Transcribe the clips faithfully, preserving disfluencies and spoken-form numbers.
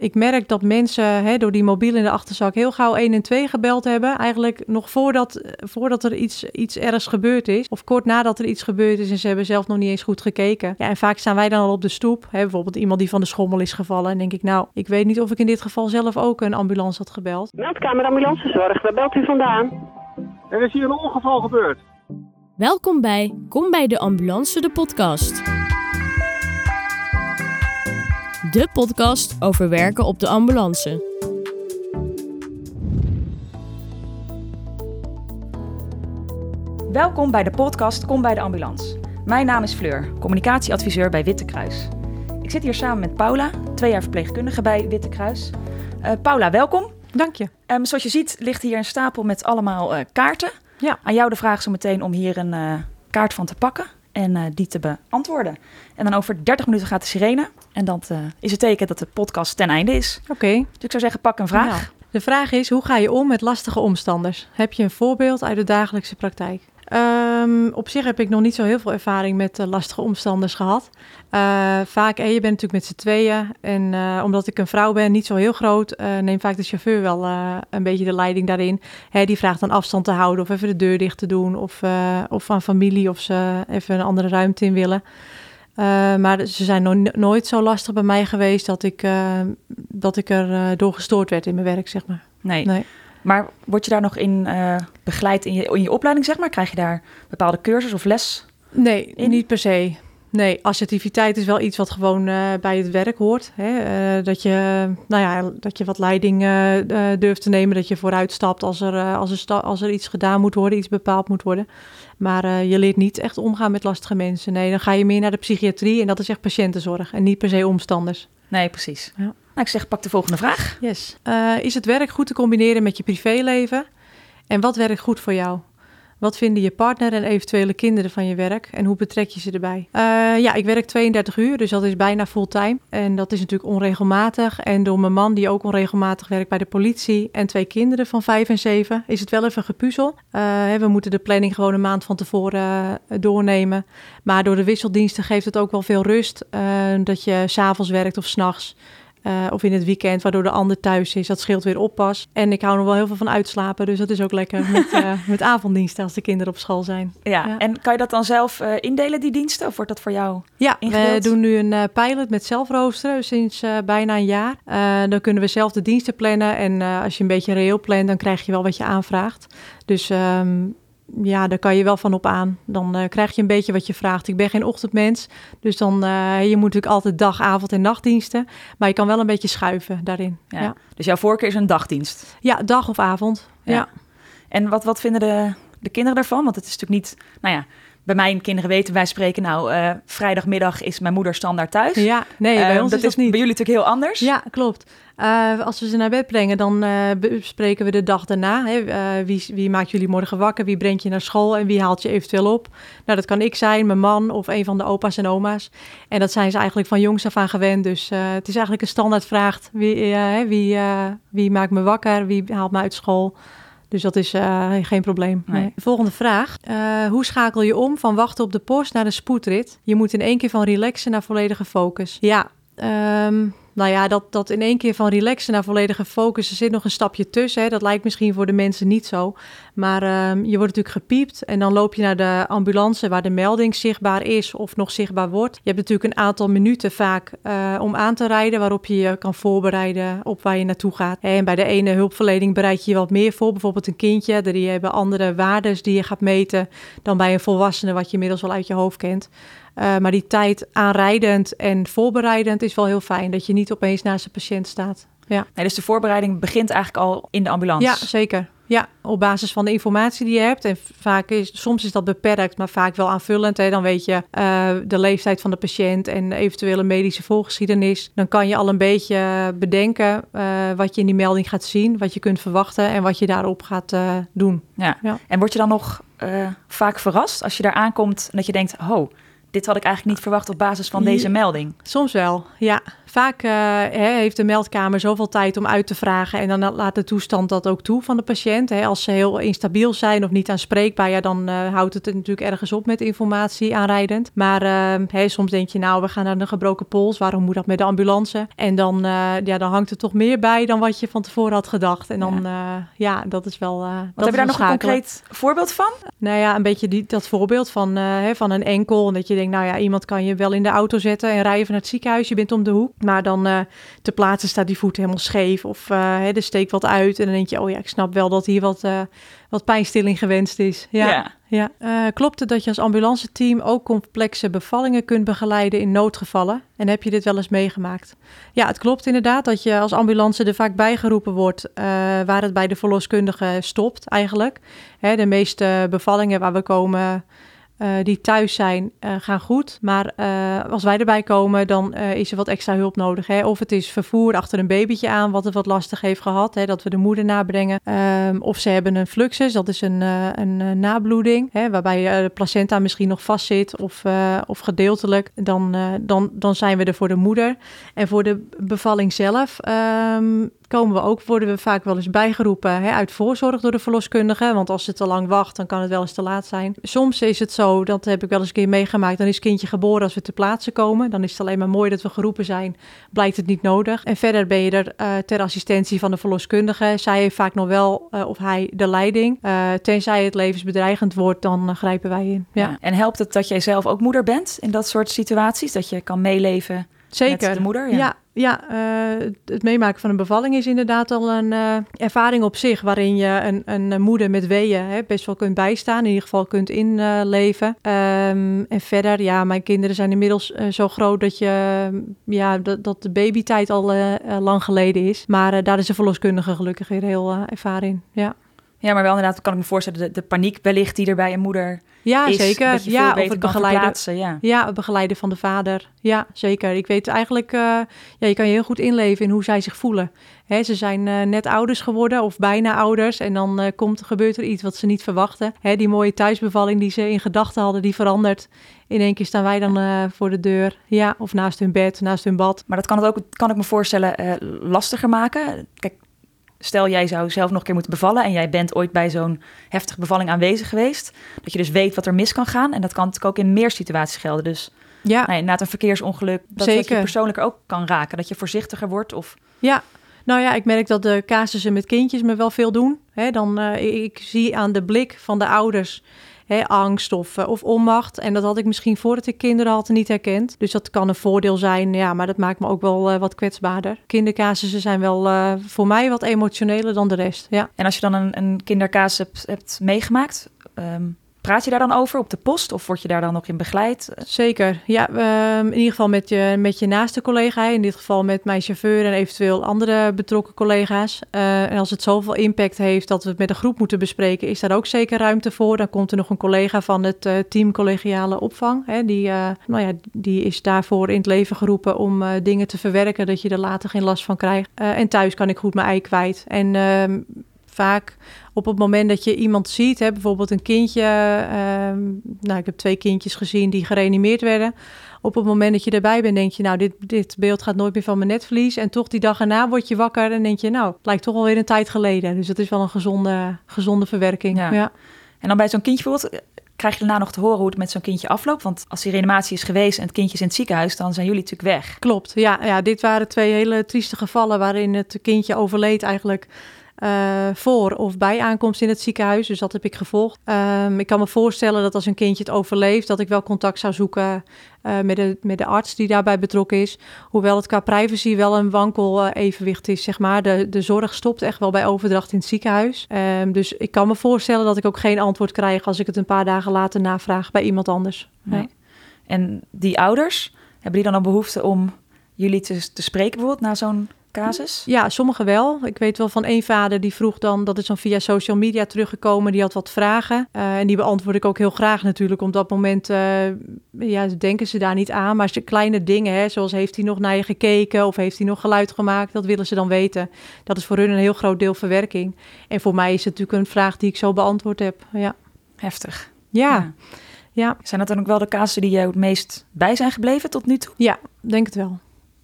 ik merk dat mensen hè, door die mobiel in de achterzak heel gauw een en twee gebeld hebben. Eigenlijk nog voordat, voordat er iets, iets ergs gebeurd is. Of kort nadat er iets gebeurd is en ze hebben zelf nog niet eens goed gekeken. Ja, en vaak staan wij dan al op de stoep. Hè, bijvoorbeeld iemand die van de schommel is gevallen. En denk ik, nou, ik weet niet of ik in dit geval zelf ook een ambulance had gebeld. Meldkamer ambulancezorg, waar belt u vandaan? Er is hier een ongeval gebeurd. Welkom bij Kom bij de Ambulance, de podcast. De podcast over werken op de ambulance. Welkom bij de podcast Kom bij de Ambulance. Mijn naam is Fleur, communicatieadviseur bij Witte Kruis. Ik zit hier samen met Paula, twee jaar verpleegkundige bij Witte Kruis. Uh, Paula, welkom. Dank je. Um, zoals je ziet ligt hier een stapel met allemaal uh, kaarten. Ja. Aan jou de vraag zo meteen om hier een uh, kaart van te pakken en uh, die te beantwoorden. En dan over dertig minuten gaat de sirene. En dat uh, is het teken dat de podcast ten einde is. Oké. Okay. Dus ik zou zeggen, pak een vraag. Nou, de vraag is, hoe ga je om met lastige omstanders? Heb je een voorbeeld uit de dagelijkse praktijk? Um, op zich heb ik nog niet zo heel veel ervaring met uh, lastige omstanders gehad. Uh, vaak, eh, je bent natuurlijk met z'n tweeën. En uh, omdat ik een vrouw ben, niet zo heel groot, uh, neemt vaak de chauffeur wel uh, een beetje de leiding daarin. Hè, die vraagt dan afstand te houden of even de deur dicht te doen. Of, uh, of aan familie of ze even een andere ruimte in willen. Uh, maar ze zijn no- nooit zo lastig bij mij geweest dat ik, uh, dat ik er uh, door gestoord werd in mijn werk, zeg maar. Nee. nee. Maar word je daar nog in uh, begeleid in je, in je opleiding, zeg maar? Krijg je daar bepaalde cursus of les? Nee, in? niet per se. Nee, assertiviteit is wel iets wat gewoon uh, bij het werk hoort. Hè? Uh, dat, je, nou ja, dat je wat leiding uh, uh, durft te nemen, dat je vooruit stapt als er, uh, als, er sta- als er iets gedaan moet worden, iets bepaald moet worden. Maar uh, je leert niet echt omgaan met lastige mensen. Nee, dan ga je meer naar de psychiatrie en dat is echt patiëntenzorg en niet per se omstanders. Nee, precies. Ja. Nou, ik zeg, pak de volgende vraag. Yes. Uh, is het werk goed te combineren met je privéleven? En wat werkt goed voor jou? Wat vinden je partner en eventuele kinderen van je werk? En hoe betrek je ze erbij? Uh, ja, ik werk tweeëndertig uur, dus dat is bijna fulltime. En dat is natuurlijk onregelmatig. En door mijn man, die ook onregelmatig werkt bij de politie... en twee kinderen van vijf en zeven, is het wel even gepuzzel. Uh, we moeten de planning gewoon een maand van tevoren uh, doornemen. Maar door de wisseldiensten geeft het ook wel veel rust... Uh, dat je 's avonds werkt of 's nachts. Uh, of in het weekend, waardoor de ander thuis is. Dat scheelt weer oppas. En ik hou nog wel heel veel van uitslapen. Dus dat is ook lekker met, uh, met avonddiensten als de kinderen op school zijn. Ja, ja. En kan je dat dan zelf uh, indelen, die diensten? Of wordt dat voor jou Ja, ingedeeld? We doen nu een uh, pilot met zelfroosteren sinds uh, bijna een jaar. Uh, dan kunnen we zelf de diensten plannen. En uh, als je een beetje reëel plant, dan krijg je wel wat je aanvraagt. Dus... Um, Ja, daar kan je wel van op aan. Dan uh, krijg je een beetje wat je vraagt. Ik ben geen ochtendmens, dus dan uh, je moet natuurlijk altijd dag, avond en nachtdiensten. Maar je kan wel een beetje schuiven daarin. Ja. Ja. Dus jouw voorkeur is een dagdienst? Ja, dag of avond. Ja. ja. En wat, wat vinden de, de kinderen daarvan? Want het is natuurlijk niet... Nou ja, bij mijn kinderen weten wij spreken... Nou, uh, vrijdagmiddag is mijn moeder standaard thuis. Ja, nee, bij uh, ons dat is dat is niet. Bij jullie natuurlijk heel anders. Ja, klopt. Uh, als we ze naar bed brengen, dan uh, bespreken we de dag daarna. Hè. Uh, wie, wie maakt jullie morgen wakker? Wie brengt je naar school? En wie haalt je eventueel op? Nou, dat kan ik zijn, mijn man of een van de opa's en oma's. En dat zijn ze eigenlijk van jongs af aan gewend. Dus uh, het is eigenlijk een standaardvraag. Wie, uh, wie, uh, wie maakt me wakker? Wie haalt me uit school? Dus dat is uh, geen probleem. Nee. Nee. Volgende vraag. Uh, hoe schakel je om van wachten op de post naar een spoedrit? Je moet in één keer van relaxen naar volledige focus. Ja, um, nou ja, dat, dat in één keer van relaxen naar volledige focus, er zit nog een stapje tussen. Hè. Dat lijkt misschien voor de mensen niet zo. Maar um, je wordt natuurlijk gepiept en dan loop je naar de ambulance waar de melding zichtbaar is of nog zichtbaar wordt. Je hebt natuurlijk een aantal minuten vaak uh, om aan te rijden waarop je je kan voorbereiden op waar je naartoe gaat. En bij de ene hulpverlening bereid je je wat meer voor. Bijvoorbeeld een kindje, die hebben andere waardes die je gaat meten dan bij een volwassene wat je inmiddels wel uit je hoofd kent. Uh, maar die tijd aanrijdend en voorbereidend is wel heel fijn. Dat je niet opeens naast de patiënt staat. Ja. Nee, dus de voorbereiding begint eigenlijk al in de ambulance? Ja, zeker. Ja, op basis van de informatie die je hebt. En vaak is, soms is dat beperkt, maar vaak wel aanvullend. Hè. Dan weet je uh, de leeftijd van de patiënt en eventuele medische voorgeschiedenis. Dan kan je al een beetje bedenken uh, wat je in die melding gaat zien. Wat je kunt verwachten en wat je daarop gaat uh, doen. Ja. Ja. En word je dan nog uh, vaak verrast als je daar aankomt en dat je denkt... oh, dit had ik eigenlijk niet verwacht op basis van deze melding? Soms wel, ja. vaak uh, he, heeft de meldkamer zoveel tijd om uit te vragen en dan laat de toestand dat ook toe van de patiënt. He, als ze heel instabiel zijn of niet aanspreekbaar, ja, dan uh, houdt het natuurlijk ergens op met informatie aanrijdend. Maar uh, he, soms denk je, nou, we gaan naar een gebroken pols, waarom moet dat met de ambulance? En dan, uh, ja, dan hangt er toch meer bij dan wat je van tevoren had gedacht. En dan, ja, uh, ja dat is wel. Uh, Wat heb je daar nog een concreet voorbeeld van? Nou ja, een beetje die, dat voorbeeld van, uh, he, van een enkel. En dat je denkt, nou ja, iemand kan je wel in de auto zetten en rijden naar het ziekenhuis. Je bent om de hoek. Maar dan uh, ter plaatse staat die voet helemaal scheef. Of uh, he, er steekt wat uit. En dan denk je, oh ja, ik snap wel dat hier wat, uh, wat pijnstilling gewenst is. Ja. ja. ja. Uh, klopt het dat je als ambulanceteam ook complexe bevallingen kunt begeleiden in noodgevallen? En heb je dit wel eens meegemaakt? Ja, het klopt inderdaad dat je als ambulance er vaak bijgeroepen wordt uh, waar het bij de verloskundige stopt eigenlijk. Hè, de meeste bevallingen waar we komen uh, die thuis zijn uh, gaan goed. Maar uh, als wij erbij komen, dan uh, is er wat extra hulp nodig. Hè? Of het is vervoer achter een babytje aan wat het wat lastig heeft gehad. Hè? Dat we de moeder nabrengen. Um, of ze hebben een fluxus, dat is een, uh, een uh, nabloeding. Hè? Waarbij uh, de placenta misschien nog vastzit of, uh, of gedeeltelijk. Dan, uh, dan, dan zijn we er voor de moeder. En voor de bevalling zelf Um, komen we ook, worden we vaak wel eens bijgeroepen hè, uit voorzorg door de verloskundige. Want als het te lang wacht, dan kan het wel eens te laat zijn. Soms is het zo, dat heb ik wel eens een keer meegemaakt, dan is het kindje geboren als we ter plaatse komen. Dan is het alleen maar mooi dat we geroepen zijn, blijkt het niet nodig. En verder ben je er uh, ter assistentie van de verloskundige. Zij heeft vaak nog wel, uh, of hij, de leiding. Uh, tenzij het levensbedreigend wordt, dan uh, grijpen wij in. Ja. Ja. En helpt het dat jij zelf ook moeder bent in dat soort situaties? Dat je kan meeleven Zeker. met de moeder? Ja. ja. Ja, uh, het meemaken van een bevalling is inderdaad al een uh, ervaring op zich, waarin je een, een moeder met weeën hè, best wel kunt bijstaan, in ieder geval kunt inleven. Uh, um, en verder, ja, mijn kinderen zijn inmiddels uh, zo groot dat je, ja, dat, dat de babytijd al uh, uh, lang geleden is. Maar uh, daar is de verloskundige gelukkig weer heel uh, ervaring in. Ja. Ja, maar wel inderdaad, kan ik me voorstellen, de, de paniek wellicht die er bij een moeder ja, is. Zeker. Dat je ja, veel of het begeleiden. Ja. ja, het begeleiden van de vader. Ja, zeker. Ik weet eigenlijk, uh, ja, je kan je heel goed inleven in hoe zij zich voelen. Hè, ze zijn uh, net ouders geworden of bijna ouders. En dan uh, komt, gebeurt er iets wat ze niet verwachten. Hè, die mooie thuisbevalling die ze in gedachten hadden, die verandert. In één keer staan wij dan uh, voor de deur. Ja, of naast hun bed, naast hun bad. Maar dat kan het ook, kan ik me voorstellen, uh, lastiger maken. Kijk, stel jij zou zelf nog een keer moeten bevallen en jij bent ooit bij zo'n heftige bevalling aanwezig geweest. Dat je dus weet wat er mis kan gaan. En dat kan natuurlijk ook in meer situaties gelden. Dus ja. nou, inderdaad een verkeersongeluk, dat, dat je persoonlijker ook kan raken. Dat je voorzichtiger wordt. Of... Ja, nou ja, ik merk dat de casussen met kindjes me wel veel doen. Hè, dan, uh, ik zie aan de blik van de ouders He, angst of, uh, of onmacht. En dat had ik misschien voordat ik kinderen had niet herkend. Dus dat kan een voordeel zijn, ja, maar dat maakt me ook wel uh, wat kwetsbaarder. Kindercasussen zijn wel uh, voor mij wat emotioneler dan de rest, ja. En als je dan een, een kindercasus hebt, hebt meegemaakt, Um... praat je daar dan over op de post of word je daar dan nog in begeleid? Zeker, ja. Um, in ieder geval met je, met je naaste collega. In dit geval met mijn chauffeur en eventueel andere betrokken collega's. Uh, en als het zoveel impact heeft dat we het met een groep moeten bespreken, is daar ook zeker ruimte voor. Dan komt er nog een collega van het uh, team collegiale opvang. Hè, die, uh, nou ja, die is daarvoor in het leven geroepen om uh, dingen te verwerken, dat je er later geen last van krijgt. Uh, en thuis kan ik goed mijn ei kwijt. En uh, vaak op het moment dat je iemand ziet, hè, bijvoorbeeld een kindje, um, nou, ik heb twee kindjes gezien die gereanimeerd werden. Op het moment dat je erbij bent, denk je, nou, dit, dit beeld gaat nooit meer van mijn netvlies. En toch die dag erna word je wakker en denk je, nou, het lijkt toch alweer een tijd geleden. Dus dat is wel een gezonde, gezonde verwerking. Ja. Ja. En dan bij zo'n kindje bijvoorbeeld, krijg je daarna nog te horen hoe het met zo'n kindje afloopt? Want als die reanimatie is geweest en het kindje is in het ziekenhuis, dan zijn jullie natuurlijk weg. Klopt, ja. ja dit waren twee hele trieste gevallen waarin het kindje overleed eigenlijk Uh, voor of bij aankomst in het ziekenhuis. Dus dat heb ik gevolgd. Um, ik kan me voorstellen dat als een kindje het overleeft, dat ik wel contact zou zoeken uh, met, de, met de arts die daarbij betrokken is. Hoewel het qua privacy wel een wankel uh, evenwicht is, zeg maar. De, de zorg stopt echt wel bij overdracht in het ziekenhuis. Um, dus ik kan me voorstellen dat ik ook geen antwoord krijg als ik het een paar dagen later navraag bij iemand anders. Nee. Ja. En die ouders, hebben die dan een behoefte om jullie te, te spreken bijvoorbeeld na zo'n casus? Ja, sommigen wel. Ik weet wel van één vader die vroeg dan, dat is dan via social media teruggekomen, die had wat vragen. Uh, en die beantwoord ik ook heel graag natuurlijk. Op dat moment uh, ja, denken ze daar niet aan. Maar kleine dingen, hè, zoals heeft hij nog naar je gekeken of heeft hij nog geluid gemaakt, dat willen ze dan weten. Dat is voor hun een heel groot deel verwerking. En voor mij is het natuurlijk een vraag die ik zo beantwoord heb. Ja. Heftig. Ja. ja. ja. Zijn dat dan ook wel de casussen die jou het meest bij zijn gebleven tot nu toe? Ja, denk het wel.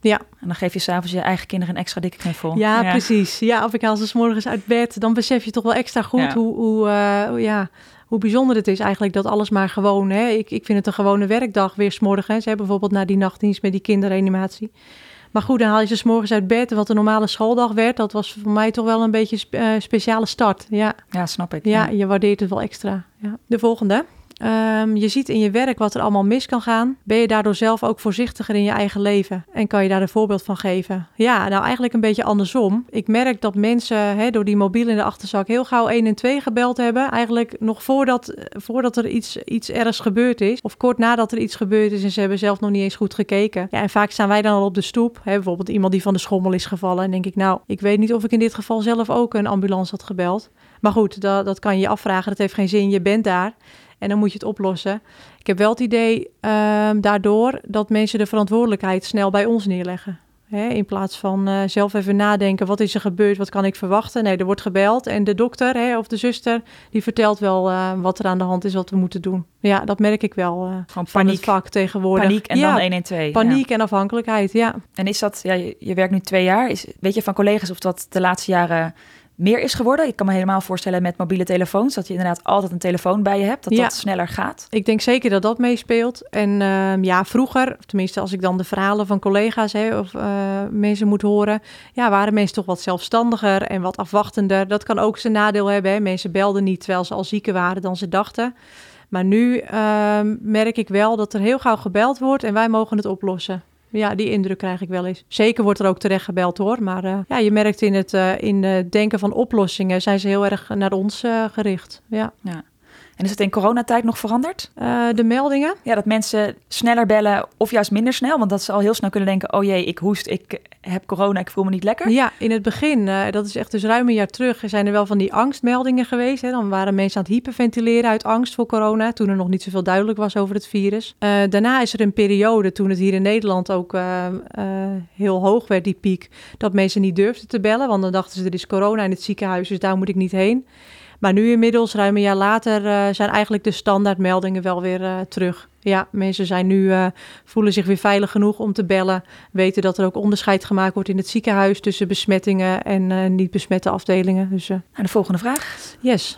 Ja. En dan geef je s'avonds je eigen kinderen een extra dikke knuffel. Ja, ja, precies. Ja, of ik haal ze 's morgens uit bed. Dan besef je toch wel extra goed ja. hoe, hoe, uh, hoe, ja, hoe bijzonder het is eigenlijk dat alles maar gewoon... Hè, ik, ik vind het een gewone werkdag weer 's morgens. Hè, bijvoorbeeld na die nachtdienst met die kinderreanimatie. Maar goed, dan haal je ze 's morgens uit bed. Wat een normale schooldag werd, dat was voor mij toch wel een beetje een spe- uh, speciale start. Ja. ja, snap ik. Ja, ja, je waardeert het wel extra. Ja. De volgende. Um, je ziet in je werk wat er allemaal mis kan gaan. Ben je daardoor zelf ook voorzichtiger in je eigen leven? En kan je daar een voorbeeld van geven? Ja, nou eigenlijk een beetje andersom. Ik merk dat mensen hè, door die mobiel in de achterzak heel gauw één en twee gebeld hebben. Eigenlijk nog voordat, voordat er iets, iets ergs gebeurd is. Of kort nadat er iets gebeurd is en ze hebben zelf nog niet eens goed gekeken. Ja, en vaak staan wij dan al op de stoep. Hè, bijvoorbeeld iemand die van de schommel is gevallen. En denk ik, nou, ik weet niet of ik in dit geval zelf ook een ambulance had gebeld. Maar goed, dat, dat kan je je afvragen. Dat heeft geen zin. Je bent daar. En dan moet je het oplossen. Ik heb wel het idee uh, daardoor dat mensen de verantwoordelijkheid snel bij ons neerleggen. Hè? In plaats van uh, zelf even nadenken, wat is er gebeurd, wat kan ik verwachten? Nee, er wordt gebeld en de dokter hè, of de zuster, die vertelt wel uh, wat er aan de hand is, wat we moeten doen. Ja, dat merk ik wel uh, Gewoon van paniek. het vak tegenwoordig. Paniek en ja, dan één en twee. Paniek ja. en afhankelijkheid, ja. En is dat, ja, je, je werkt nu twee jaar. Is, weet je van collega's of dat de laatste jaren meer is geworden? Ik kan me helemaal voorstellen met mobiele telefoons, dat je inderdaad altijd een telefoon bij je hebt, dat ja. dat sneller gaat. Ik denk zeker dat dat meespeelt. En uh, ja, vroeger, of tenminste als ik dan de verhalen van collega's hè, of uh, mensen moet horen, ja, waren mensen toch wat zelfstandiger en wat afwachtender. Dat kan ook zijn nadeel hebben. Hè. Mensen belden niet terwijl ze al zieker waren dan ze dachten. Maar nu uh, merk ik wel dat er heel gauw gebeld wordt en wij mogen het oplossen. Ja, die indruk krijg ik wel eens. Zeker wordt er ook terecht gebeld hoor. Maar uh, ja, je merkt in het uh, in het denken van oplossingen zijn ze heel erg naar ons uh, gericht. Ja. ja. En is het in coronatijd nog veranderd? Uh, de meldingen? Ja, dat mensen sneller bellen of juist minder snel. Want dat ze al heel snel kunnen denken, oh jee, ik hoest, ik heb corona, ik voel me niet lekker. Ja, in het begin, uh, dat is echt dus ruim een jaar terug, zijn er wel van die angstmeldingen geweest. Hè? Dan waren mensen aan het hyperventileren uit angst voor corona, toen er nog niet zoveel duidelijk was over het virus. Uh, daarna is er een periode, toen het hier in Nederland ook uh, uh, heel hoog werd, die piek, dat mensen niet durfden te bellen. Want dan dachten ze, er is corona in het ziekenhuis, dus daar moet ik niet heen. Maar nu inmiddels, ruim een jaar later, uh, zijn eigenlijk de standaardmeldingen wel weer uh, terug. Ja, mensen zijn nu, uh, voelen zich weer veilig genoeg om te bellen. Weten dat er ook onderscheid gemaakt wordt in het ziekenhuis tussen besmettingen en uh, niet besmette afdelingen. Dus, uh, en de volgende vraag? Yes.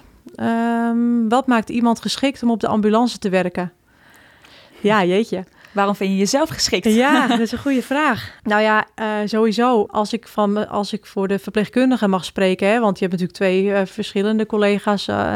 Um, wat maakt iemand geschikt om op de ambulance te werken? Ja, jeetje. Waarom vind je jezelf geschikt? Ja, dat is een goede vraag. Nou ja, uh, sowieso als ik, van, als ik voor de verpleegkundige mag spreken, hè, want je hebt natuurlijk twee uh, verschillende collega's uh,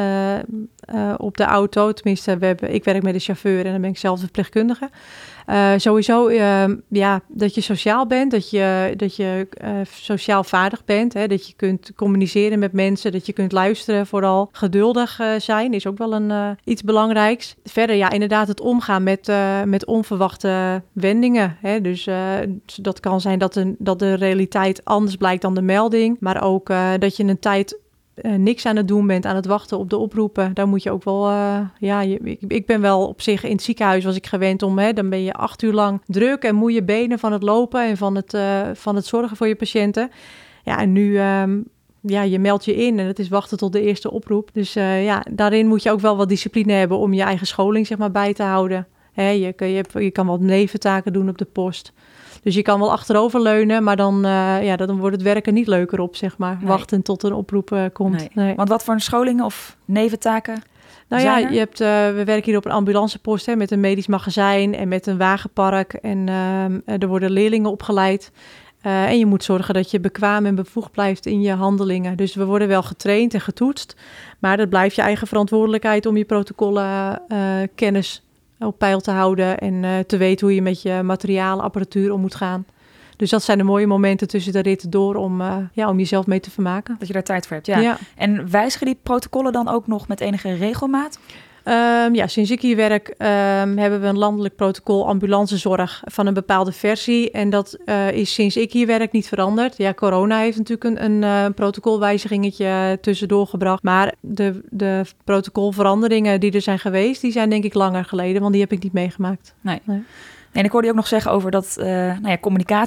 uh, op de auto. Tenminste, we hebben, ik werk met de chauffeur en dan ben ik zelf de verpleegkundige. Uh, sowieso uh, ja, dat je sociaal bent, dat je, dat je uh, sociaal vaardig bent. Hè, dat je kunt communiceren met mensen, dat je kunt luisteren. Vooral geduldig uh, zijn is ook wel een, uh, iets belangrijks. Verder ja, inderdaad het omgaan met, uh, met onverwachte wendingen. Hè. Dus uh, dat kan zijn dat de, dat de realiteit anders blijkt dan de melding. Maar ook uh, dat je een tijd Uh, niks aan het doen bent, aan het wachten op de oproepen. Daar moet je ook wel... Uh, ja, je, ik, ik ben wel op zich in het ziekenhuis was ik gewend om... Hè, dan ben je acht uur lang druk en moeie benen van het lopen... en van het, uh, van het zorgen voor je patiënten. Ja, en nu... Um, ja, je meldt je in en het is wachten tot de eerste oproep. Dus uh, ja, daarin moet je ook wel wat discipline hebben... om je eigen scholing zeg maar bij te houden. Hè, je, je, hebt, je kan wat neventaken doen op de post... Dus je kan wel achteroverleunen, maar dan, uh, ja, dan wordt het werken niet leuker op, zeg maar. Nee. Wachten tot een oproep uh, komt. Nee. Nee. Want wat voor een scholingen of neventaken Nou zijn ja, er? je hebt, uh, we werken hier op een ambulancepost hè, met een medisch magazijn en met een wagenpark. En uh, er worden leerlingen opgeleid. Uh, en je moet zorgen dat je bekwaam en bevoegd blijft in je handelingen. Dus we worden wel getraind en getoetst. Maar dat blijft je eigen verantwoordelijkheid om je protocollen uh, kennis op peil te houden en uh, te weten hoe je met je materialen, apparatuur om moet gaan. Dus dat zijn de mooie momenten tussen de ritten door om, uh, ja, om jezelf mee te vermaken. Dat je daar tijd voor hebt, ja. ja. En wijzigen die protocollen dan ook nog met enige regelmaat? Um, ja, sinds ik hier werk um, hebben we een landelijk protocol ambulancezorg van een bepaalde versie. En dat uh, is sinds ik hier werk niet veranderd. Ja, corona heeft natuurlijk een, een uh, protocolwijzigingetje tussendoor gebracht. Maar de, de protocolveranderingen die er zijn geweest, die zijn denk ik langer geleden. Want die heb ik niet meegemaakt. Nee. nee. En ik hoorde je ook nog zeggen over dat uh, nou ja, communicatie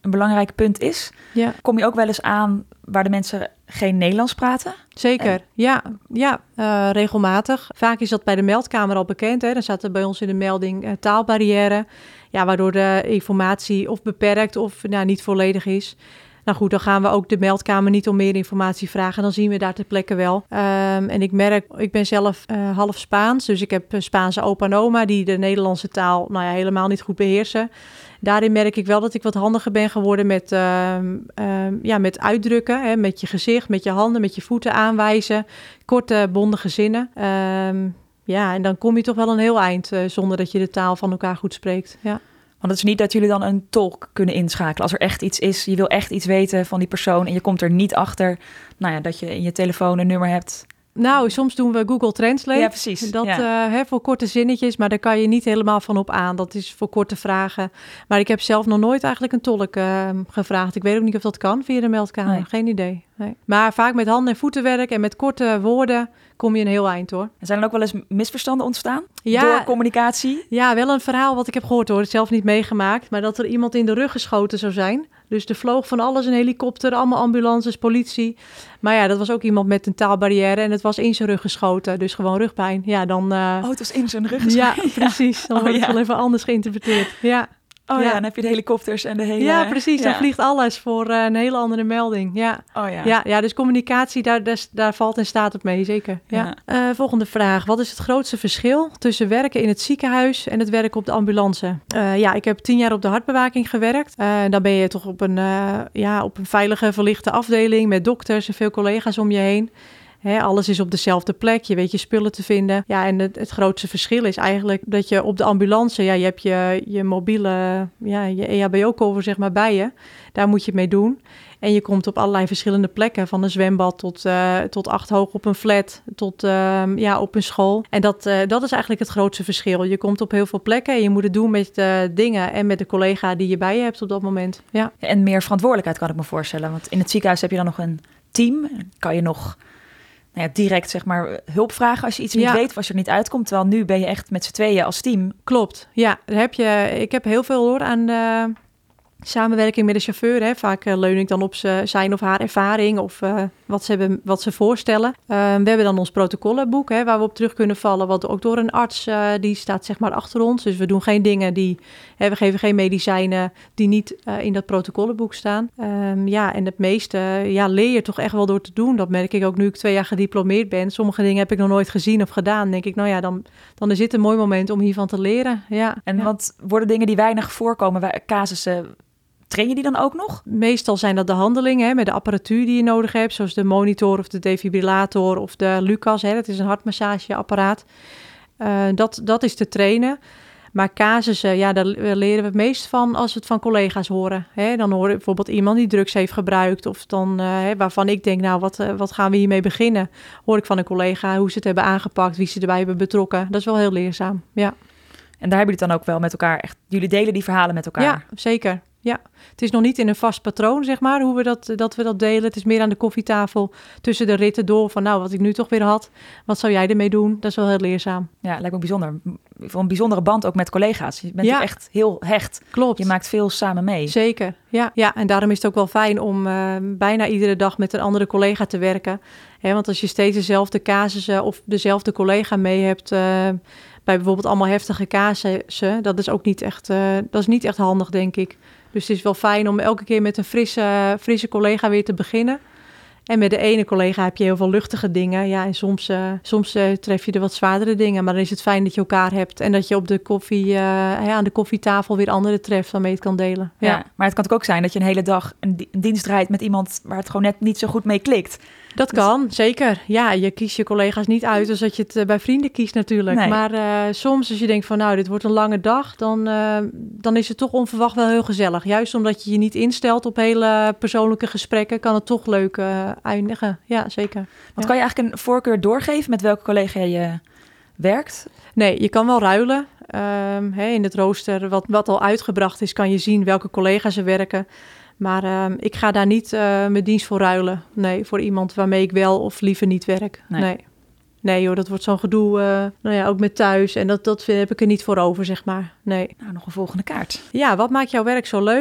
een belangrijk punt is. Ja. Kom je ook wel eens aan waar de mensen geen Nederlands praten? Zeker, En... ja, ja uh, regelmatig. Vaak is dat bij de meldkamer al bekend. Hè? Dan staat er bij ons in de melding uh, taalbarrière. Ja, waardoor de informatie of beperkt of nou, niet volledig is. Nou goed, dan gaan we ook de meldkamer niet om meer informatie vragen. Dan zien we daar ter plekke wel. Um, en ik merk, ik ben zelf uh, half Spaans. Dus ik heb Spaanse opa en oma die de Nederlandse taal nou ja, helemaal niet goed beheersen. Daarin merk ik wel dat ik wat handiger ben geworden met, uh, uh, ja, met uitdrukken. Hè, met je gezicht, met je handen, met je voeten aanwijzen. Korte, bondige zinnen. Um, ja, en dan kom je toch wel een heel eind uh, zonder dat je de taal van elkaar goed spreekt. Ja. Want het is niet dat jullie dan een tolk kunnen inschakelen. Als er echt iets is, je wil echt iets weten van die persoon en je komt er niet achter, nou ja, dat je in je telefoon een nummer hebt. Nou, soms doen we Google Translate. Ja, precies. Dat ja. uh, hè, voor korte zinnetjes, maar daar kan je niet helemaal van op aan. Dat is voor korte vragen. Maar ik heb zelf nog nooit eigenlijk een tolk uh, gevraagd. Ik weet ook niet of dat kan via de meldkamer. Nee. Geen idee. Nee. Maar vaak met handen- en voetenwerk en met korte woorden kom je een heel eind, hoor. En zijn er ook wel eens misverstanden ontstaan ja, door communicatie? Ja, wel een verhaal wat ik heb gehoord, hoor. Het zelf niet meegemaakt, maar dat er iemand in de rug geschoten zou zijn. Dus er vloog van alles, een helikopter, allemaal ambulances, politie. Maar ja, dat was ook iemand met een taalbarrière en het was in zijn rug geschoten. Dus gewoon rugpijn. Ja, dan... Uh... Oh, het was in zijn rug geschoten? Ja, precies. Dan oh, wordt het ja. wel even anders geïnterpreteerd. Ja. Oh ja. ja, dan heb je de helikopters en de hele... Ja, precies. Ja. Dan vliegt alles voor uh, een hele andere melding. Ja. Oh ja. Ja, ja, dus communicatie, daar, daar, daar valt en staat het mee, zeker. Ja. Ja. Uh, volgende vraag. Wat is het grootste verschil tussen werken in het ziekenhuis en het werken op de ambulance? Uh, ja, ik heb tien jaar op de hartbewaking gewerkt. Uh, dan ben je toch op een, uh, ja, op een veilige, verlichte afdeling met dokters en veel collega's om je heen. He, alles is op dezelfde plek, je weet je spullen te vinden. Ja, en het, het grootste verschil is eigenlijk dat je op de ambulance... ja, je hebt je, je mobiele, ja, je E H B O-cover zeg maar bij je. Daar moet je het mee doen. En je komt op allerlei verschillende plekken. Van een zwembad tot, uh, tot acht hoog op een flat, tot uh, ja, op een school. En dat, uh, dat is eigenlijk het grootste verschil. Je komt op heel veel plekken en je moet het doen met uh, dingen... en met de collega die je bij je hebt op dat moment. Ja. En meer verantwoordelijkheid kan ik me voorstellen. Want in het ziekenhuis heb je dan nog een team. Kan je nog... Nou ja, direct zeg maar hulp vragen als je iets niet ja. weet of als je er niet uitkomt. Terwijl nu ben je echt met z'n tweeën als team. Klopt, ja. Dan heb je, ik heb heel veel hoor aan de samenwerking met de chauffeur. Hè. Vaak uh, leun ik dan op zijn of haar ervaring of uh, wat, ze hebben, wat ze voorstellen. Uh, we hebben dan ons protocollenboek hè, waar we op terug kunnen vallen. Wat ook door een arts, uh, die staat zeg maar achter ons. Dus we doen geen dingen die, hè, we geven geen medicijnen die niet uh, in dat protocollenboek staan. Um, ja, en het meeste ja, leer je toch echt wel door te doen. Dat merk ik ook nu ik twee jaar gediplomeerd ben. Sommige dingen heb ik nog nooit gezien of gedaan. Dan denk ik, nou ja, dan, dan is dit een mooi moment om hiervan te leren. Ja, en ja. wat worden dingen die weinig voorkomen, casussen... Train je die dan ook nog? Meestal zijn dat de handelingen hè, met de apparatuur die je nodig hebt. Zoals de monitor of de defibrillator of de Lucas. Hè, dat is een hartmassageapparaat. Uh, dat, dat is te trainen. Maar casussen, ja, daar leren we het meest van als we het van collega's horen. Hè, dan horen we bijvoorbeeld iemand die drugs heeft gebruikt. Of dan, uh, hè, waarvan ik denk, nou, wat, uh, wat gaan we hiermee beginnen? Hoor ik van een collega hoe ze het hebben aangepakt, wie ze erbij hebben betrokken. Dat is wel heel leerzaam, ja. En daar hebben jullie het dan ook wel met elkaar echt... Jullie delen die verhalen met elkaar? Ja, zeker. Ja, het is nog niet in een vast patroon, zeg maar, hoe we dat, dat we dat delen. Het is meer aan de koffietafel tussen de ritten door van, nou, wat ik nu toch weer had. Wat zou jij ermee doen? Dat is wel heel leerzaam. Ja, lijkt me bijzonder. Een bijzondere band ook met collega's. Je bent ja. echt heel hecht. Klopt. Je maakt veel samen mee. Zeker, ja. ja. En daarom is het ook wel fijn om uh, bijna iedere dag met een andere collega te werken. He, want als je steeds dezelfde casussen of dezelfde collega mee hebt... Uh, bij bijvoorbeeld allemaal heftige casussen, dat is ook niet echt, uh, dat is niet echt handig, denk ik. Dus het is wel fijn om elke keer met een frisse, frisse collega weer te beginnen. En met de ene collega heb je heel veel luchtige dingen. Ja, en soms, uh, soms uh, tref je de wat zwaardere dingen. Maar dan is het fijn dat je elkaar hebt. En dat je op de koffie, uh, ja, aan de koffietafel weer anderen treft waarmee je het kan delen. Ja. Ja, maar het kan ook zijn dat je een hele dag een, di- een dienst draait met iemand waar het gewoon net niet zo goed mee klikt. Dat dus... kan, zeker. Ja, je kiest je collega's niet uit als dat je het uh, bij vrienden kiest natuurlijk. Nee. Maar uh, soms als je denkt van nou, dit wordt een lange dag, dan, uh, dan is het toch onverwacht wel heel gezellig. Juist omdat je je niet instelt op hele persoonlijke gesprekken, kan het toch leuk uh, eindigen. Ja, zeker. Want ja. Kan je eigenlijk een voorkeur doorgeven met welke collega je werkt? Nee, je kan wel ruilen. Um, hey, in het rooster wat, wat al uitgebracht is, kan je zien welke collega's er werken. Maar uh, ik ga daar niet uh, mijn dienst voor ruilen. Nee, voor iemand waarmee ik wel of liever niet werk. Nee. Nee, nee joh, dat wordt zo'n gedoe. Uh, nou ja, ook met thuis. En dat, dat heb ik er niet voor over, zeg maar. Nee. Nou, nog een volgende kaart. Ja, wat maakt jouw werk zo leuk?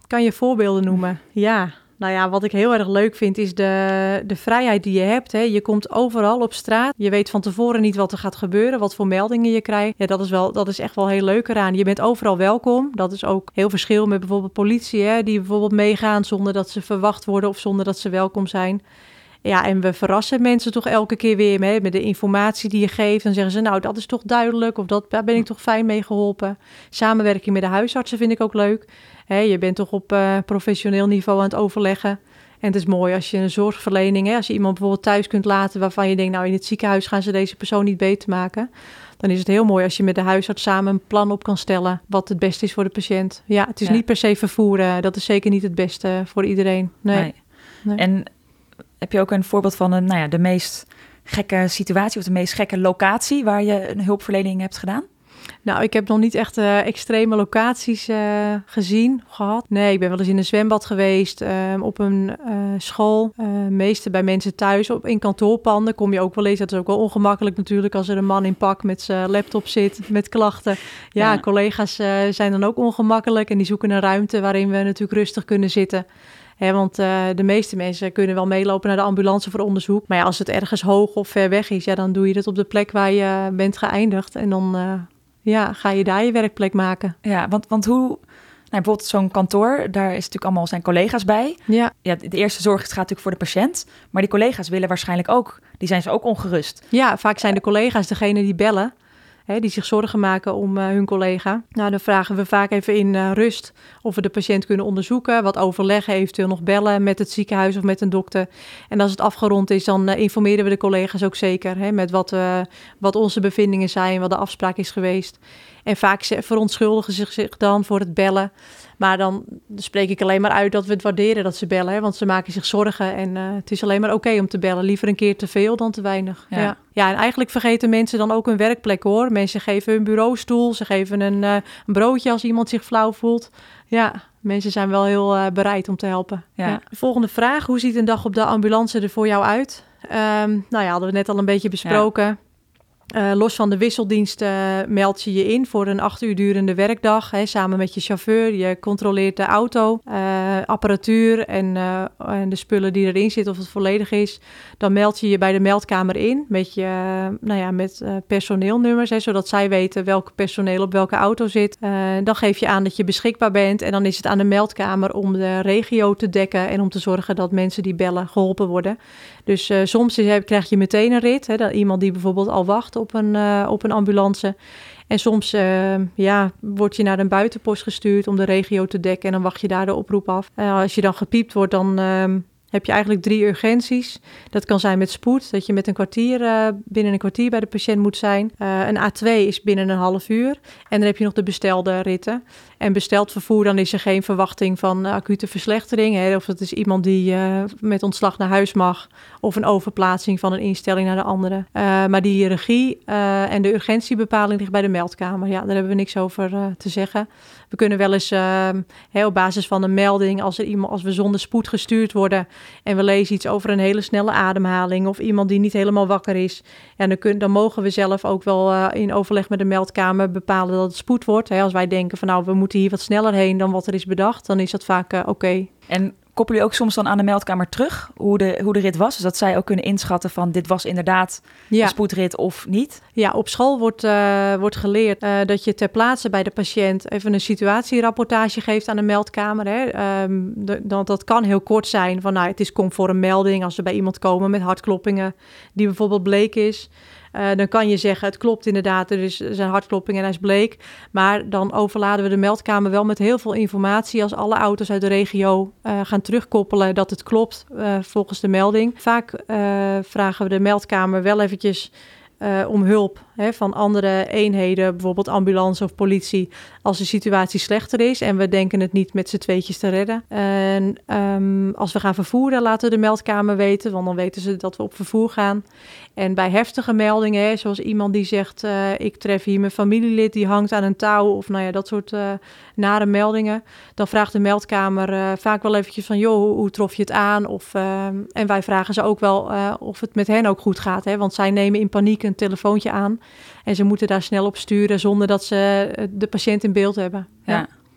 Kan je voorbeelden noemen? Ja. Nou ja, wat ik heel erg leuk vind is de, de vrijheid die je hebt. Hè. Je komt overal op straat. Je weet van tevoren niet wat er gaat gebeuren, wat voor meldingen je krijgt. Ja, dat is, wel, dat is echt wel heel leuk eraan. Je bent overal welkom. Dat is ook heel verschil met bijvoorbeeld politie, hè, die bijvoorbeeld meegaan zonder dat ze verwacht worden of zonder dat ze welkom zijn. Ja, en we verrassen mensen toch elke keer weer mee, met de informatie die je geeft. Dan zeggen ze, nou, dat is toch duidelijk of dat, daar ben ik toch fijn mee geholpen. Samenwerking met de huisartsen vind ik ook leuk. He, je bent toch op uh, professioneel niveau aan het overleggen. En het is mooi als je een zorgverlening, hè, als je iemand bijvoorbeeld thuis kunt laten waarvan je denkt, nou, in het ziekenhuis gaan ze deze persoon niet beter maken. Dan is het heel mooi als je met de huisarts samen een plan op kan stellen wat het beste is voor de patiënt. Ja, het is ja. niet per se vervoeren. Dat is zeker niet het beste voor iedereen. Nee. nee. nee. En heb je ook een voorbeeld van een, nou ja, de meest gekke situatie of de meest gekke locatie waar je een hulpverlening hebt gedaan? Nou, ik heb nog niet echt uh, extreme locaties uh, gezien, gehad. Nee, ik ben wel eens in een zwembad geweest, uh, op een uh, school. Uh, meeste bij mensen thuis, op, in kantoorpanden kom je ook wel eens. Dat is ook wel ongemakkelijk natuurlijk als er een man in pak met zijn laptop zit, met klachten. Ja, ja. collega's uh, zijn dan ook ongemakkelijk en die zoeken een ruimte waarin we natuurlijk rustig kunnen zitten. He, want uh, de meeste mensen kunnen wel meelopen naar de ambulance voor onderzoek. Maar ja, als het ergens hoog of ver weg is, ja, dan doe je dat op de plek waar je bent geëindigd. En dan uh, ja, ga je daar je werkplek maken. Ja, want, want hoe... Nou, bijvoorbeeld zo'n kantoor, daar is natuurlijk allemaal zijn collega's bij. Ja. Ja, de eerste zorg gaat natuurlijk voor de patiënt. Maar die collega's willen waarschijnlijk ook... Die zijn ze ook ongerust. Ja, vaak zijn de collega's degene die bellen. Hè, die zich zorgen maken om uh, hun collega. Nou, dan vragen we vaak even in uh, rust of we de patiënt kunnen onderzoeken. Wat overleggen, eventueel nog bellen met het ziekenhuis of met een dokter. En als het afgerond is, dan uh, informeren we de collega's ook zeker. Hè, met wat, uh, wat onze bevindingen zijn, wat de afspraak is geweest. En vaak verontschuldigen ze zich dan voor het bellen. Maar dan spreek ik alleen maar uit dat we het waarderen dat ze bellen. Hè? Want ze maken zich zorgen en uh, het is alleen maar oké okay om te bellen. Liever een keer te veel dan te weinig. Ja. Ja. ja, en eigenlijk vergeten mensen dan ook hun werkplek hoor. Mensen geven hun bureaustoel, ze geven een, uh, een broodje als iemand zich flauw voelt. Ja, mensen zijn wel heel uh, bereid om te helpen. Ja. Ja. De volgende vraag, hoe ziet een dag op de ambulance er voor jou uit? Um, nou ja, hadden we net al een beetje besproken. Ja. Uh, los van de wisseldienst uh, meld je je in voor een acht uur durende werkdag. Hè, samen met je chauffeur. Je controleert de auto, uh, apparatuur en, uh, en de spullen die erin zitten of het volledig is. Dan meld je je bij de meldkamer in met, je, uh, nou ja, met uh, personeelnummers. Hè, zodat zij weten welk personeel op welke auto zit. Uh, dan geef je aan dat je beschikbaar bent. En dan is het aan de meldkamer om de regio te dekken. En om te zorgen dat mensen die bellen geholpen worden. Dus uh, soms is, krijg je meteen een rit. Hè, dat iemand die bijvoorbeeld al wacht op een, uh, op een ambulance. En soms uh, ja, word je naar een buitenpost gestuurd om de regio te dekken. En dan wacht je daar de oproep af. Uh, als je dan gepiept wordt, dan uh, heb je eigenlijk drie urgenties. Dat kan zijn met spoed, dat je met een kwartier, uh, binnen een kwartier bij de patiënt moet zijn. Uh, een A twee is binnen een half uur. En dan heb je nog de bestelde ritten. En besteld vervoer, dan is er geen verwachting van uh, acute verslechtering. Hè? Of het is iemand die uh, met ontslag naar huis mag. Of een overplaatsing van een instelling naar de andere. Uh, maar die regie uh, en de urgentiebepaling ligt bij de meldkamer. Ja, daar hebben we niks over uh, te zeggen. We kunnen wel eens uh, hè, op basis van een melding, als, er iemand, als we zonder spoed gestuurd worden en we lezen iets over een hele snelle ademhaling of iemand die niet helemaal wakker is, ja, dan, kun, dan mogen we zelf ook wel uh, in overleg met de meldkamer bepalen dat het spoed wordt. Hè, als wij denken van nou, we moeten hier wat sneller heen dan wat er is bedacht, dan is dat vaak uh, oké. Okay. En koppel je ook soms dan aan de meldkamer terug hoe de, hoe de rit was? Dus dat zij ook kunnen inschatten van dit was inderdaad ja. een spoedrit of niet? Ja, op school wordt, uh, wordt geleerd uh, dat je ter plaatse bij de patiënt even een situatierapportage geeft aan de meldkamer. Hè. Um, de, dat, dat kan heel kort zijn van nou, het is conform melding als we bij iemand komen met hartkloppingen die bijvoorbeeld bleek is. Uh, dan kan je zeggen, het klopt inderdaad, er is zijn hartklopping en hij is bleek. Maar dan overladen we de meldkamer wel met heel veel informatie als alle auto's uit de regio uh, gaan terugkoppelen dat het klopt uh, volgens de melding. Vaak uh, vragen we de meldkamer wel eventjes uh, om hulp hè, van andere eenheden, bijvoorbeeld ambulance of politie, als de situatie slechter is en we denken het niet met z'n tweetjes te redden. En um, als we gaan vervoeren, laten we de meldkamer weten, want dan weten ze dat we op vervoer gaan. En bij heftige meldingen, hè, zoals iemand die zegt, uh, ik tref hier mijn familielid, die hangt aan een touw, of nou ja, dat soort uh, nare meldingen, dan vraagt de meldkamer uh, vaak wel eventjes van, joh, hoe, hoe trof je het aan? Of, uh, en wij vragen ze ook wel uh, of het met hen ook goed gaat, hè, want zij nemen in paniek een telefoontje aan en ze moeten daar snel op sturen zonder dat ze de patiënt in beeld hebben. Ja. Ja.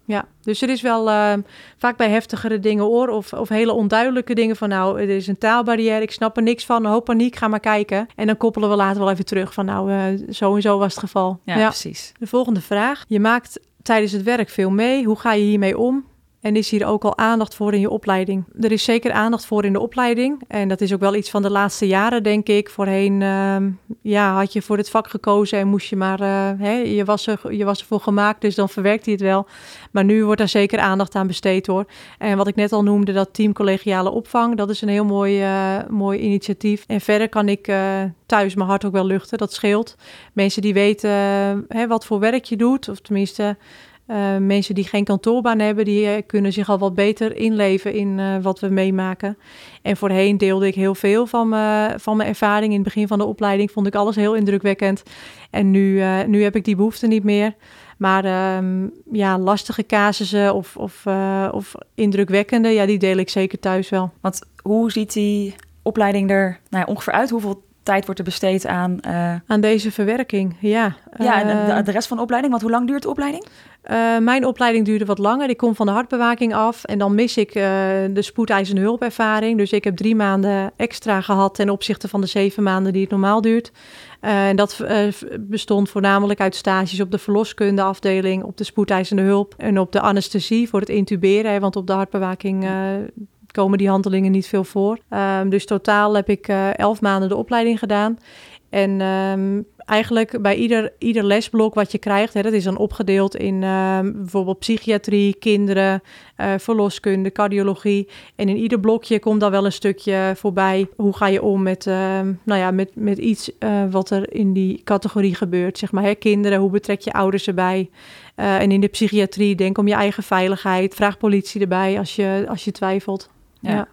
Ja, dus er is wel uh, vaak bij heftigere dingen hoor, of, of hele onduidelijke dingen van nou, er is een taalbarrière, ik snap er niks van, een hoop paniek, ga maar kijken. En dan koppelen we later wel even terug van nou, uh, zo en zo was het geval. Ja, ja, precies. De volgende vraag. Je maakt tijdens het werk veel mee. Hoe ga je hiermee om? En is hier ook al aandacht voor in je opleiding? Er is zeker aandacht voor in de opleiding. En dat is ook wel iets van de laatste jaren, denk ik. Voorheen uh, ja, had je voor het vak gekozen en moest je maar... Uh, hè, je, was er, je was ervoor gemaakt, dus dan verwerkt hij het wel. Maar nu wordt daar zeker aandacht aan besteed, hoor. En wat ik net al noemde, dat team collegiale opvang... dat is een heel mooi, uh, mooi initiatief. En verder kan ik uh, thuis mijn hart ook wel luchten. Dat scheelt. Mensen die weten uh, hè, wat voor werk je doet, of tenminste... Uh, mensen die geen kantoorbaan hebben, die uh, kunnen zich al wat beter inleven in uh, wat we meemaken. En voorheen deelde ik heel veel van, me, van mijn ervaring. In het begin van de opleiding vond ik alles heel indrukwekkend. En nu, uh, nu heb ik die behoefte niet meer. Maar um, ja, lastige casussen of, of, uh, of indrukwekkende, ja, die deel ik zeker thuis wel. Want hoe ziet die opleiding er nou ja, ongeveer uit? Hoeveel tijd wordt er besteed aan... Uh... Aan deze verwerking, ja. Ja, en de, de rest van de opleiding, want hoe lang duurt de opleiding? Uh, mijn opleiding duurde wat langer. Ik kom van de hartbewaking af en dan mis ik uh, de spoedeisende hulpervaring. Dus ik heb drie maanden extra gehad ten opzichte van de zeven maanden die het normaal duurt. Uh, en dat uh, bestond voornamelijk uit stages op de verloskundeafdeling, op de spoedeisende hulp en op de anesthesie voor het intuberen. Hè, want op de hartbewaking... Uh, komen die handelingen niet veel voor. Um, dus totaal heb ik uh, elf maanden de opleiding gedaan. En um, eigenlijk bij ieder, ieder lesblok wat je krijgt... Hè, dat is dan opgedeeld in uh, bijvoorbeeld psychiatrie, kinderen... Uh, verloskunde, cardiologie. En in ieder blokje komt dan wel een stukje voorbij. Hoe ga je om met, uh, nou ja, met, met iets uh, wat er in die categorie gebeurt? Zeg maar, hè, kinderen, hoe betrek je ouders erbij? Uh, en in de psychiatrie, denk om je eigen veiligheid. Vraag politie erbij als je, als je twijfelt. Ja. ja.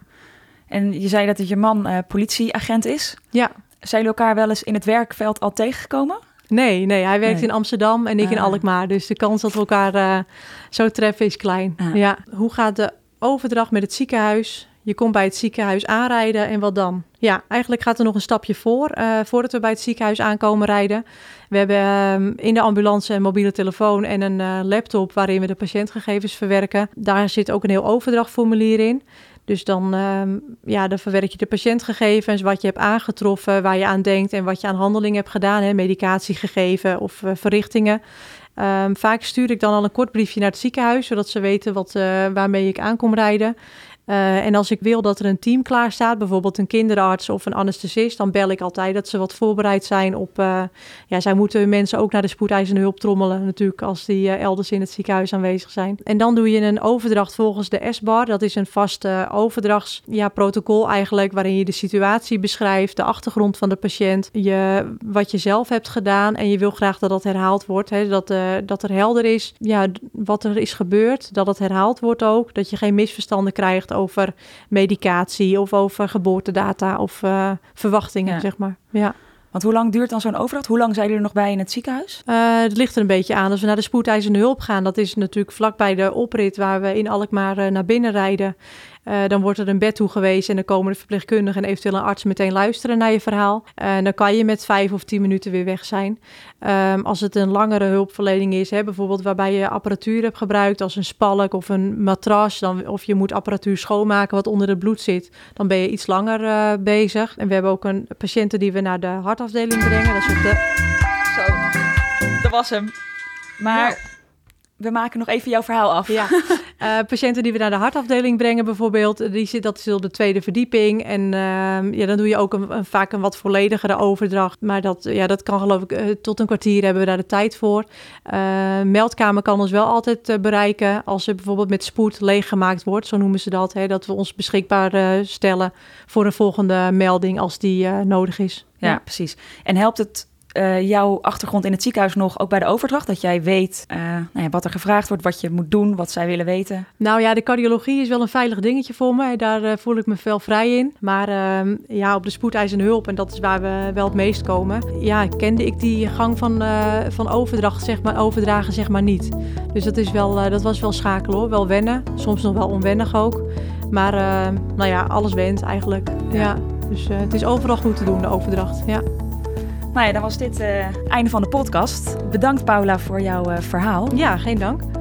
En je zei dat het je man uh, politieagent is. Ja. Zijn jullie elkaar wel eens in het werkveld al tegengekomen? Nee, nee. Hij werkt nee. in Amsterdam en ik uh. in Alkmaar. Dus de kans dat we elkaar uh, zo treffen is klein. Uh. Ja. Hoe gaat de overdracht met het ziekenhuis? Je komt bij het ziekenhuis aanrijden en wat dan? Ja, eigenlijk gaat er nog een stapje voor, uh, voordat we bij het ziekenhuis aankomen rijden. We hebben uh, in de ambulance een mobiele telefoon en een uh, laptop waarin we de patiëntgegevens verwerken. Daar zit ook een heel overdrachtformulier in. Dus dan, uh, ja, dan verwerk je de patiëntgegevens, wat je hebt aangetroffen, waar je aan denkt en wat je aan handelingen hebt gedaan, hè, medicatie gegeven of uh, verrichtingen. Um, vaak stuur ik dan al een kort briefje naar het ziekenhuis, zodat ze weten wat, uh, waarmee ik aankom rijden. Uh, en als ik wil dat er een team klaar staat, bijvoorbeeld een kinderarts of een anesthesist, dan bel ik altijd dat ze wat voorbereid zijn op... Uh, ja, zij moeten mensen ook naar de spoedeisende hulp trommelen natuurlijk als die uh, elders in het ziekenhuis aanwezig zijn. En dan doe je een overdracht volgens de S B A R. Dat is een vast uh, overdrachtsprotocol ja, eigenlijk, waarin je de situatie beschrijft, de achtergrond van de patiënt, je, wat je zelf hebt gedaan en je wil graag dat dat herhaald wordt. Hè, dat, uh, dat er helder is ja, wat er is gebeurd, dat het herhaald wordt ook, dat je geen misverstanden krijgt over medicatie of over geboortedata of uh, verwachtingen, ja. zeg maar. Ja. Want hoe lang duurt dan zo'n overdracht? Hoe lang zijn jullie er nog bij in het ziekenhuis? Uh, het ligt er een beetje aan. Als we naar de spoedeisende hulp gaan, dat is natuurlijk vlakbij de oprit waar we in Alkmaar uh, naar binnen rijden. Uh, dan wordt er een bed toegewezen en dan komen de verpleegkundigen en eventueel een arts meteen luisteren naar je verhaal. Uh, dan kan je met vijf of tien minuten weer weg zijn. Um, als het een langere hulpverlening is, hè, bijvoorbeeld waarbij je apparatuur hebt gebruikt als een spalk of een matras, dan, of je moet apparatuur schoonmaken wat onder het bloed zit, dan ben je iets langer uh, bezig. En we hebben ook een patiënten die we naar de hartafdeling brengen. Dat is op de... Zo, dat was hem. Maar... Ja. We maken nog even jouw verhaal af. Ja, uh, patiënten die we naar de hartafdeling brengen bijvoorbeeld, die zit, dat is op de tweede verdieping. En uh, ja, dan doe je ook een, een, vaak een wat volledigere overdracht. Maar dat, ja, dat kan geloof ik uh, tot een kwartier hebben we daar de tijd voor. Uh, meldkamer kan ons wel altijd uh, bereiken als er bijvoorbeeld met spoed leeggemaakt wordt. Zo noemen ze dat. Hè, dat we ons beschikbaar uh, stellen voor een volgende melding als die uh, nodig is. Ja, ja, precies. En helpt het... Uh, jouw achtergrond in het ziekenhuis nog, ook bij de overdracht? Dat jij weet uh, nou ja, wat er gevraagd wordt, wat je moet doen, wat zij willen weten? Nou ja, de cardiologie is wel een veilig dingetje voor me. Daar uh, voel ik me wel vrij in. Maar uh, ja, op de spoedeisende hulp, en dat is waar we wel het meest komen, ja, kende ik die gang van, uh, van overdracht, zeg maar, overdragen zeg maar niet. Dus dat, is wel, uh, dat was wel schakelen hoor, wel wennen. Soms nog wel onwennig ook. Maar uh, nou ja, alles went eigenlijk. Ja. Ja. Dus uh, het is overal goed te doen, de overdracht, ja. Nou ja, dan was dit het uh, einde van de podcast. Bedankt Paula voor jouw uh, verhaal. Ja, geen dank.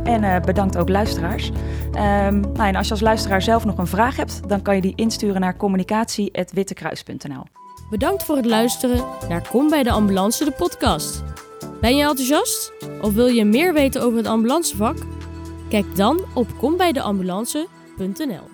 En uh, bedankt ook luisteraars. Um, nou, en als je als luisteraar zelf nog een vraag hebt, dan kan je die insturen naar communicatie apenstaartje wittekruis punt n l. Bedankt voor het luisteren naar Kom bij de Ambulance, de podcast. Ben je enthousiast? Of wil je meer weten over het ambulancevak? Kijk dan op kom bij de ambulance punt n l.